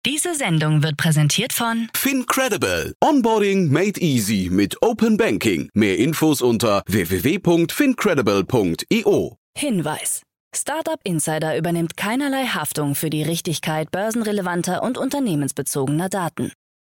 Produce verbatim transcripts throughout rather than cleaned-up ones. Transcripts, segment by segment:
Diese Sendung wird präsentiert von FinCredible. Onboarding made easy mit Open Banking. Mehr Infos unter w w w punkt fincredible punkt i o. Hinweis. Startup Insider übernimmt keinerlei Haftung für die Richtigkeit börsenrelevanter und unternehmensbezogener Daten.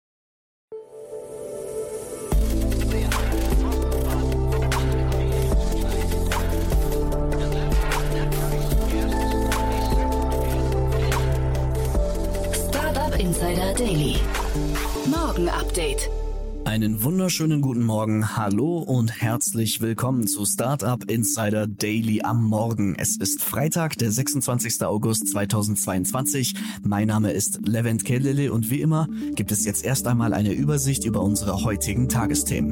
Startup Insider Daily. Morgen Update. Einen wunderschönen guten Morgen, hallo und herzlich willkommen zu Startup Insider Daily am Morgen. Es ist Freitag, der sechsundzwanzigster August zweitausendzweiundzwanzig. Mein Name ist Levent Kellele und wie immer gibt es jetzt erst einmal eine Übersicht über unsere heutigen Tagesthemen.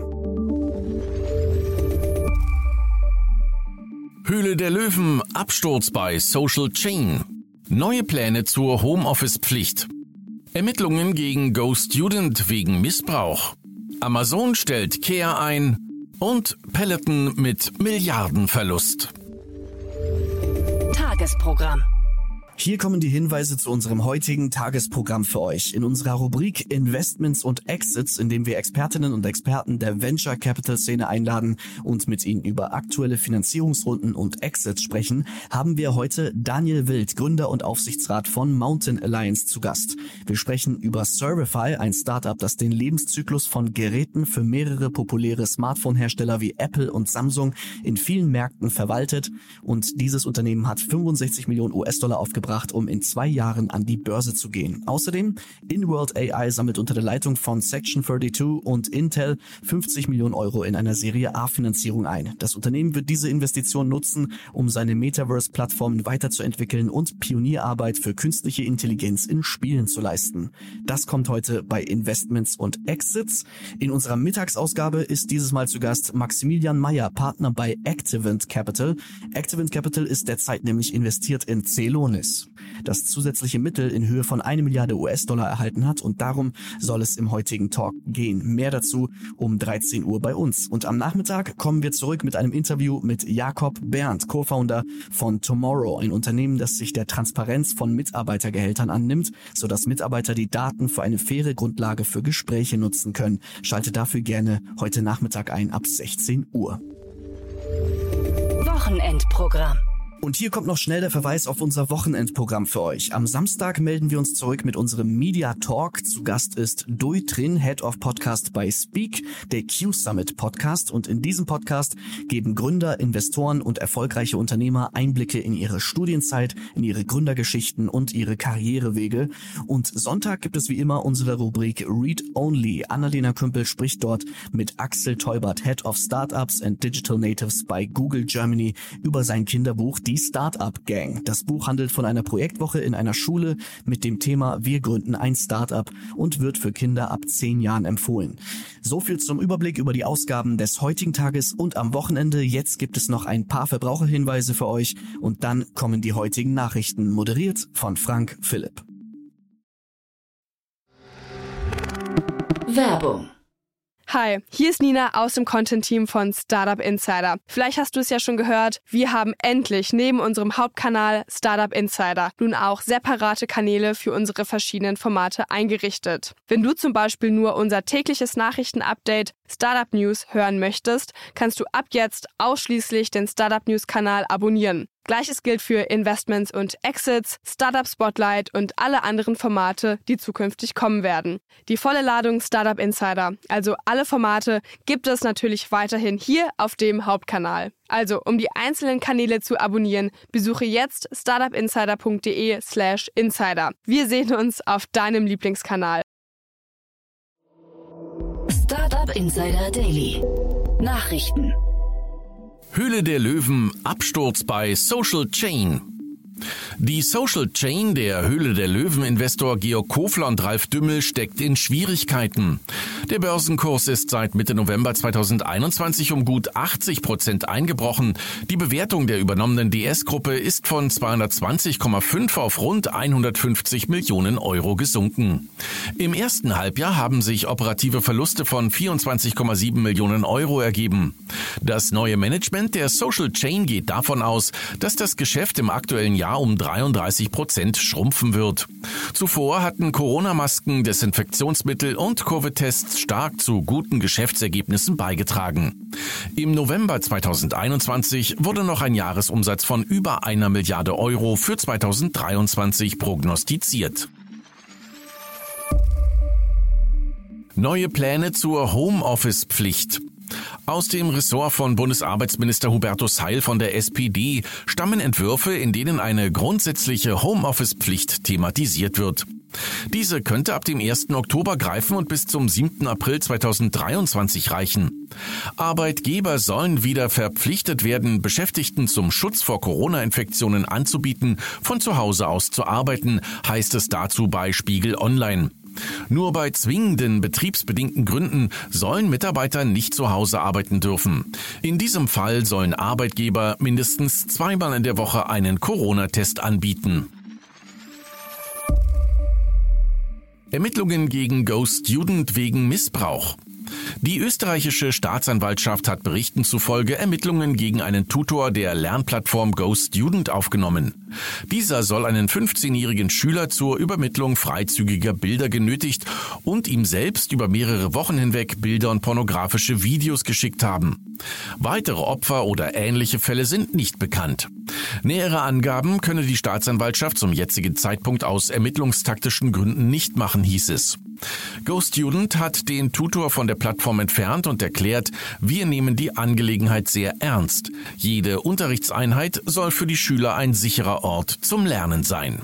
Höhle der Löwen, Absturz bei Social Chain. Neue Pläne zur Homeoffice-Pflicht. Ermittlungen gegen GoStudent wegen Missbrauch. Amazon stellt Care ein und Peloton mit Milliardenverlust. Tagesprogramm. Hier kommen die Hinweise zu unserem heutigen Tagesprogramm für euch. In unserer Rubrik Investments und Exits, in dem wir Expertinnen und Experten der Venture Capital Szene einladen und mit ihnen über aktuelle Finanzierungsrunden und Exits sprechen, haben wir heute Daniel Wild, Gründer und Aufsichtsrat von Mountain Alliance, zu Gast. Wir sprechen über Servify, ein Startup, das den Lebenszyklus von Geräten für mehrere populäre Smartphone-Hersteller wie Apple und Samsung in vielen Märkten verwaltet. Und dieses Unternehmen hat fünfundsechzig Millionen US-Dollar aufgebracht, um in zwei Jahren an die Börse zu gehen. Außerdem, InWorld A I sammelt unter der Leitung von Section zweiunddreißig und Intel fünfzig Millionen Euro in einer Serie A-Finanzierung ein. Das Unternehmen wird diese Investition nutzen, um seine Metaverse-Plattformen weiterzuentwickeln und Pionierarbeit für künstliche Intelligenz in Spielen zu leisten. Das kommt heute bei Investments und Exits. In unserer Mittagsausgabe ist dieses Mal zu Gast Maximilian Meyer, Partner bei Activent Capital. Activent Capital ist derzeit nämlich investiert in Celonis, das zusätzliche Mittel in Höhe von eine Milliarde US-Dollar erhalten hat, und darum soll es im heutigen Talk gehen. Mehr dazu um dreizehn Uhr bei uns. Und am Nachmittag kommen wir zurück mit einem Interview mit Jakob Berndt, Co-Founder von Tomorrow, ein Unternehmen, das sich der Transparenz von Mitarbeitergehältern annimmt, sodass Mitarbeiter die Daten für eine faire Grundlage für Gespräche nutzen können. Schalte dafür gerne heute Nachmittag ein ab sechzehn Uhr. Wochenendprogramm. Und hier kommt noch schnell der Verweis auf unser Wochenendprogramm für euch. Am Samstag melden wir uns zurück mit unserem Media Talk. Zu Gast ist Dui Trin, Head of Podcast bei Speak, der Q-Summit Podcast. Und in diesem Podcast geben Gründer, Investoren und erfolgreiche Unternehmer Einblicke in ihre Studienzeit, in ihre Gründergeschichten und ihre Karrierewege. Und Sonntag gibt es wie immer unsere Rubrik Read Only. Annalena Kümpel spricht dort mit Axel Teubert, Head of Startups and Digital Natives bei Google Germany, über sein Kinderbuch Die Startup Gang. Das Buch handelt von einer Projektwoche in einer Schule mit dem Thema Wir gründen ein Startup und wird für Kinder ab zehn Jahren empfohlen. So viel zum Überblick über die Ausgaben des heutigen Tages und am Wochenende. Jetzt gibt es noch ein paar Verbraucherhinweise für euch und dann kommen die heutigen Nachrichten, moderiert von Frank Philipp. Werbung. Hi, hier ist Nina aus dem Content-Team von Startup Insider. Vielleicht hast du es ja schon gehört, wir haben endlich neben unserem Hauptkanal Startup Insider nun auch separate Kanäle für unsere verschiedenen Formate eingerichtet. Wenn du zum Beispiel nur unser tägliches Nachrichtenupdate Startup News hören möchtest, kannst du ab jetzt ausschließlich den Startup News-Kanal abonnieren. Gleiches gilt für Investments und Exits, Startup Spotlight und alle anderen Formate, die zukünftig kommen werden. Die volle Ladung Startup Insider, also alle Formate, gibt es natürlich weiterhin hier auf dem Hauptkanal. Also, um die einzelnen Kanäle zu abonnieren, besuche jetzt startupinsider.de slash insider. Wir sehen uns auf deinem Lieblingskanal. Startup Insider Daily. Nachrichten. Höhle der Löwen, Absturz bei Social Chain. Die Social Chain der Höhle der Löwen-Investor Georg Kofler und Ralf Dümmel steckt in Schwierigkeiten. Der Börsenkurs ist seit Mitte November zweitausendeinundzwanzig um gut achtzig Prozent eingebrochen. Die Bewertung der übernommenen D S-Gruppe ist von zweihundertzwanzig Komma fünf auf rund hundertfünfzig Millionen Euro gesunken. Im ersten Halbjahr haben sich operative Verluste von vierundzwanzig Komma sieben Millionen Euro ergeben. Das neue Management der Social Chain geht davon aus, dass das Geschäft im aktuellen Jahr Jahr um dreiunddreißig Prozent schrumpfen wird. Zuvor hatten Corona-Masken, Desinfektionsmittel und Covid-Tests stark zu guten Geschäftsergebnissen beigetragen. Im November zweitausendeinundzwanzig wurde noch ein Jahresumsatz von über einer Milliarde Euro für zweitausenddreiundzwanzig prognostiziert. Neue Pläne zur Homeoffice-Pflicht. Aus dem Ressort von Bundesarbeitsminister Hubertus Heil von der S P D stammen Entwürfe, in denen eine grundsätzliche Homeoffice-Pflicht thematisiert wird. Diese könnte ab dem ersten Oktober greifen und bis zum siebten April zweitausenddreiundzwanzig reichen. Arbeitgeber sollen wieder verpflichtet werden, Beschäftigten zum Schutz vor Corona-Infektionen anzubieten, von zu Hause aus zu arbeiten, heißt es dazu bei Spiegel Online. Nur bei zwingenden betriebsbedingten Gründen sollen Mitarbeiter nicht zu Hause arbeiten dürfen. In diesem Fall sollen Arbeitgeber mindestens zweimal in der Woche einen Corona-Test anbieten. Ermittlungen gegen Go-Student wegen Missbrauch. Die österreichische Staatsanwaltschaft hat Berichten zufolge Ermittlungen gegen einen Tutor der Lernplattform GoStudent aufgenommen. Dieser soll einen fünfzehnjährigen Schüler zur Übermittlung freizügiger Bilder genötigt und ihm selbst über mehrere Wochen hinweg Bilder und pornografische Videos geschickt haben. Weitere Opfer oder ähnliche Fälle sind nicht bekannt. Nähere Angaben könne die Staatsanwaltschaft zum jetzigen Zeitpunkt aus ermittlungstaktischen Gründen nicht machen, hieß es. GoStudent hat den Tutor von der Plattform entfernt und erklärt, wir nehmen die Angelegenheit sehr ernst. Jede Unterrichtseinheit soll für die Schüler ein sicherer Ort zum Lernen sein.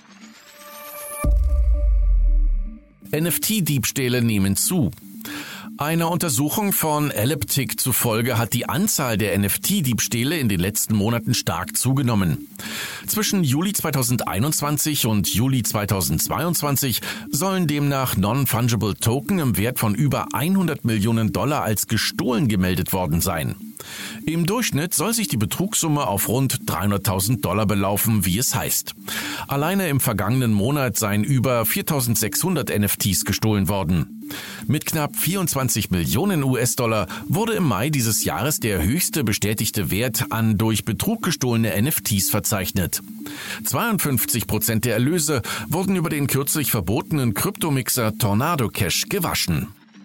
N F T-Diebstähle nehmen zu. Einer Untersuchung von Elliptic zufolge hat die Anzahl der N F T-Diebstähle in den letzten Monaten stark zugenommen. Zwischen Juli zweitausendeinundzwanzig und Juli zweitausendzweiundzwanzig sollen demnach Non-Fungible Token im Wert von über hundert Millionen Dollar als gestohlen gemeldet worden sein. Im Durchschnitt soll sich die Betrugssumme auf rund dreihunderttausend Dollar belaufen, wie es heißt. Alleine im vergangenen Monat seien über viertausendsechshundert N F Ts gestohlen worden. Mit knapp vierundzwanzig Millionen U S-Dollar wurde im Mai dieses Jahres der höchste bestätigte Wert an durch Betrug gestohlene N F Ts verzeichnet. zweiundfünfzig Prozent der Erlöse wurden über den kürzlich verbotenen Kryptomixer Tornado Cash gewaschen.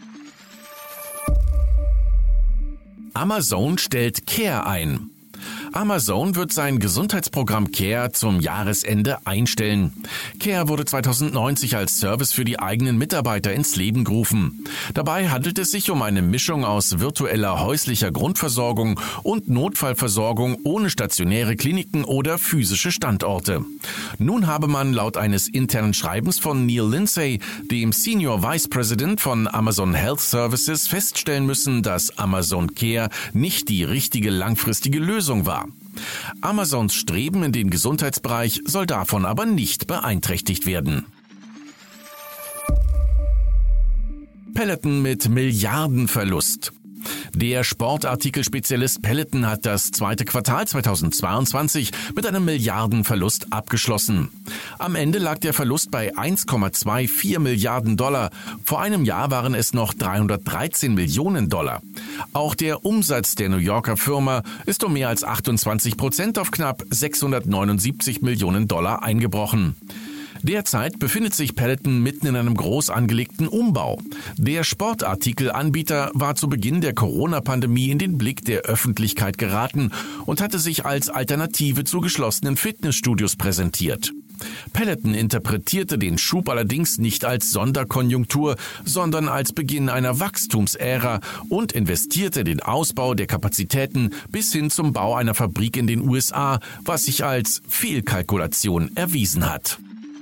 Amazon stellt Care ein. Amazon wird sein Gesundheitsprogramm Care zum Jahresende einstellen. Care wurde zweitausendneunzig als Service für die eigenen Mitarbeiter ins Leben gerufen. Dabei handelt es sich um eine Mischung aus virtueller häuslicher Grundversorgung und Notfallversorgung ohne stationäre Kliniken oder physische Standorte. Nun habe man laut eines internen Schreibens von Neil Lindsay, dem Senior Vice President von Amazon Health Services, feststellen müssen, dass Amazon Care nicht die richtige langfristige Lösung war. Amazons Streben in den Gesundheitsbereich soll davon aber nicht beeinträchtigt werden. Peloton mit Milliardenverlust. Der Sportartikelspezialist Peloton hat das zweite Quartal zweitausendzweiundzwanzig mit einem Milliardenverlust abgeschlossen. Am Ende lag der Verlust bei eins Komma vierundzwanzig Milliarden Dollar. Vor einem Jahr waren es noch dreihundertdreizehn Millionen Dollar. Auch der Umsatz der New Yorker Firma ist um mehr als achtundzwanzig Prozent auf knapp sechshundertneunundsiebzig Millionen Dollar eingebrochen. Derzeit befindet sich Peloton mitten in einem groß angelegten Umbau. Der Sportartikelanbieter war zu Beginn der Corona-Pandemie in den Blick der Öffentlichkeit geraten und hatte sich als Alternative zu geschlossenen Fitnessstudios präsentiert. Peloton interpretierte den Schub allerdings nicht als Sonderkonjunktur, sondern als Beginn einer Wachstumsära und investierte den Ausbau der Kapazitäten bis hin zum Bau einer Fabrik in den U S A, was sich als Fehlkalkulation erwiesen hat.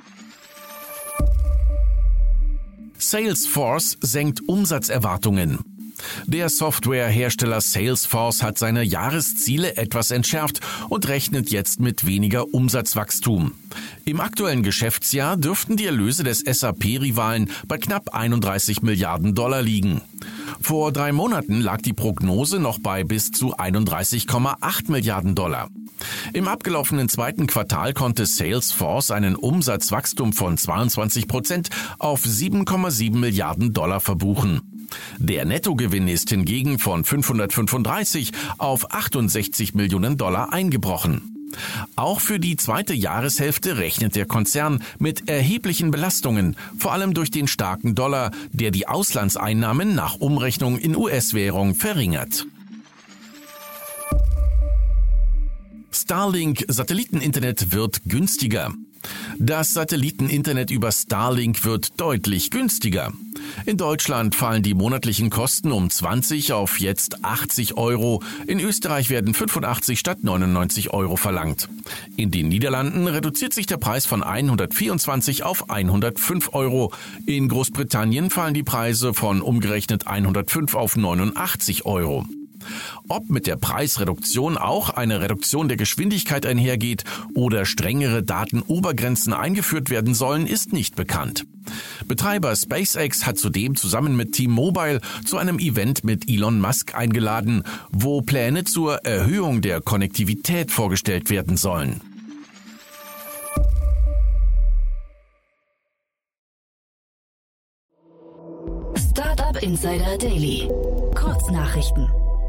Salesforce senkt Umsatzerwartungen. Der Softwarehersteller Salesforce hat seine Jahresziele etwas entschärft und rechnet jetzt mit weniger Umsatzwachstum. Im aktuellen Geschäftsjahr dürften die Erlöse des S A P-Rivalen bei knapp einunddreißig Milliarden Dollar liegen. Vor drei Monaten lag die Prognose noch bei bis zu einunddreißig Komma acht Milliarden Dollar. Im abgelaufenen zweiten Quartal konnte Salesforce einen Umsatzwachstum von zweiundzwanzig Prozent auf sieben Komma sieben Milliarden Dollar verbuchen. Der Nettogewinn ist hingegen von fünfhundertfünfunddreißig auf achtundsechzig Millionen Dollar eingebrochen. Auch für die zweite Jahreshälfte rechnet der Konzern mit erheblichen Belastungen, vor allem durch den starken Dollar, der die Auslandseinnahmen nach Umrechnung in U S-Währung verringert. Starlink-Satelliteninternet wird günstiger. Das Satelliteninternet über Starlink wird deutlich günstiger. In Deutschland fallen die monatlichen Kosten um zwanzig auf jetzt achtzig Euro. In Österreich werden fünfundachtzig statt neunundneunzig Euro verlangt. In den Niederlanden reduziert sich der Preis von hundertvierundzwanzig auf hundertfünf Euro. In Großbritannien fallen die Preise von umgerechnet hundertfünf auf neunundachtzig Euro. Ob mit der Preisreduktion auch eine Reduktion der Geschwindigkeit einhergeht oder strengere Datenobergrenzen eingeführt werden sollen, ist nicht bekannt. Betreiber SpaceX hat zudem zusammen mit T-Mobile zu einem Event mit Elon Musk eingeladen, wo Pläne zur Erhöhung der Konnektivität vorgestellt werden sollen. Startup Insider Daily. Kurznachrichten.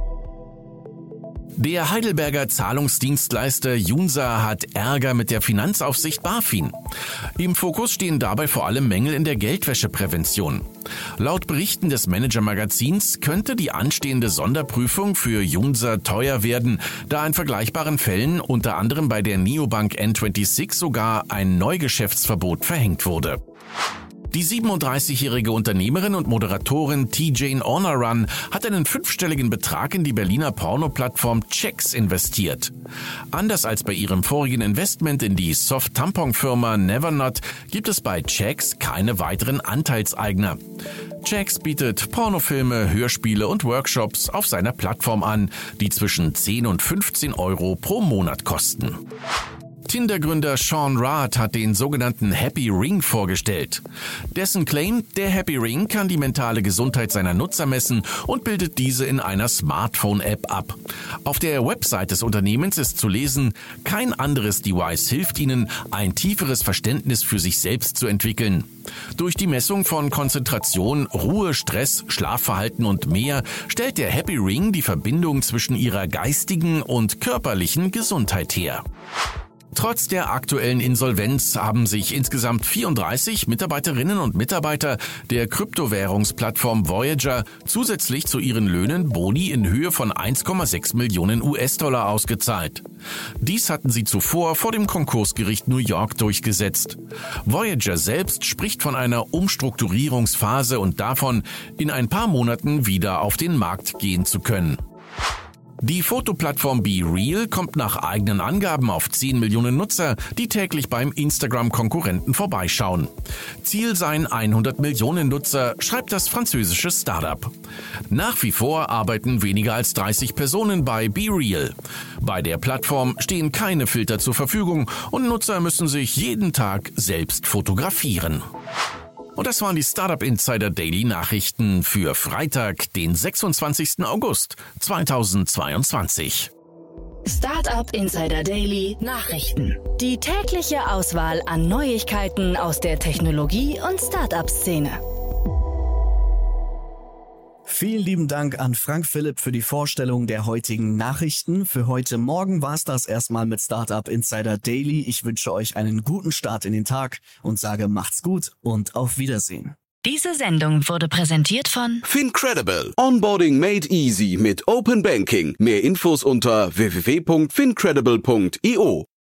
Der Heidelberger Zahlungsdienstleister Junsa hat Ärger mit der Finanzaufsicht BaFin. Im Fokus stehen dabei vor allem Mängel in der Geldwäscheprävention. Laut Berichten des Manager-Magazins könnte die anstehende Sonderprüfung für Junsa teuer werden, da in vergleichbaren Fällen, unter anderem bei der Neobank N sechsundzwanzig, sogar ein Neugeschäftsverbot verhängt wurde. Die siebenunddreißigjährige Unternehmerin und Moderatorin T-Jane Honorun hat einen fünfstelligen Betrag in die Berliner Porno-Plattform Checks investiert. Anders als bei ihrem vorigen Investment in die Soft-Tampon-Firma Nevernot gibt es bei Checks keine weiteren Anteilseigner. Checks bietet Pornofilme, Hörspiele und Workshops auf seiner Plattform an, die zwischen zehn und fünfzehn Euro pro Monat kosten. Tinder-Gründer Sean Rath hat den sogenannten Happy Ring vorgestellt. Dessen Claim, der Happy Ring kann die mentale Gesundheit seiner Nutzer messen und bildet diese in einer Smartphone-App ab. Auf der Website des Unternehmens ist zu lesen, kein anderes Device hilft Ihnen, ein tieferes Verständnis für sich selbst zu entwickeln. Durch die Messung von Konzentration, Ruhe, Stress, Schlafverhalten und mehr stellt der Happy Ring die Verbindung zwischen Ihrer geistigen und körperlichen Gesundheit her. Trotz der aktuellen Insolvenz haben sich insgesamt vierunddreißig Mitarbeiterinnen und Mitarbeiter der Kryptowährungsplattform Voyager zusätzlich zu ihren Löhnen Boni in Höhe von eins Komma sechs Millionen U S-Dollar ausgezahlt. Dies hatten sie zuvor vor dem Konkursgericht New York durchgesetzt. Voyager selbst spricht von einer Umstrukturierungsphase und davon, in ein paar Monaten wieder auf den Markt gehen zu können. Die Fotoplattform BeReal kommt nach eigenen Angaben auf zehn Millionen Nutzer, die täglich beim Instagram-Konkurrenten vorbeischauen. Ziel seien hundert Millionen Nutzer, schreibt das französische Startup. Nach wie vor arbeiten weniger als dreißig Personen bei BeReal. Bei der Plattform stehen keine Filter zur Verfügung und Nutzer müssen sich jeden Tag selbst fotografieren. Und das waren die Startup Insider Daily Nachrichten für Freitag, den sechsundzwanzigsten August zweitausendzweiundzwanzig. Startup Insider Daily Nachrichten. Die tägliche Auswahl an Neuigkeiten aus der Technologie- und Startup-Szene. Vielen lieben Dank an Frank Philipp für die Vorstellung der heutigen Nachrichten. Für heute Morgen war es das erstmal mit Startup Insider Daily. Ich wünsche euch einen guten Start in den Tag und sage macht's gut und auf Wiedersehen. Diese Sendung wurde präsentiert von FinCredible. Onboarding made easy mit Open Banking. Mehr Infos unter w w w punkt fincredible punkt i o.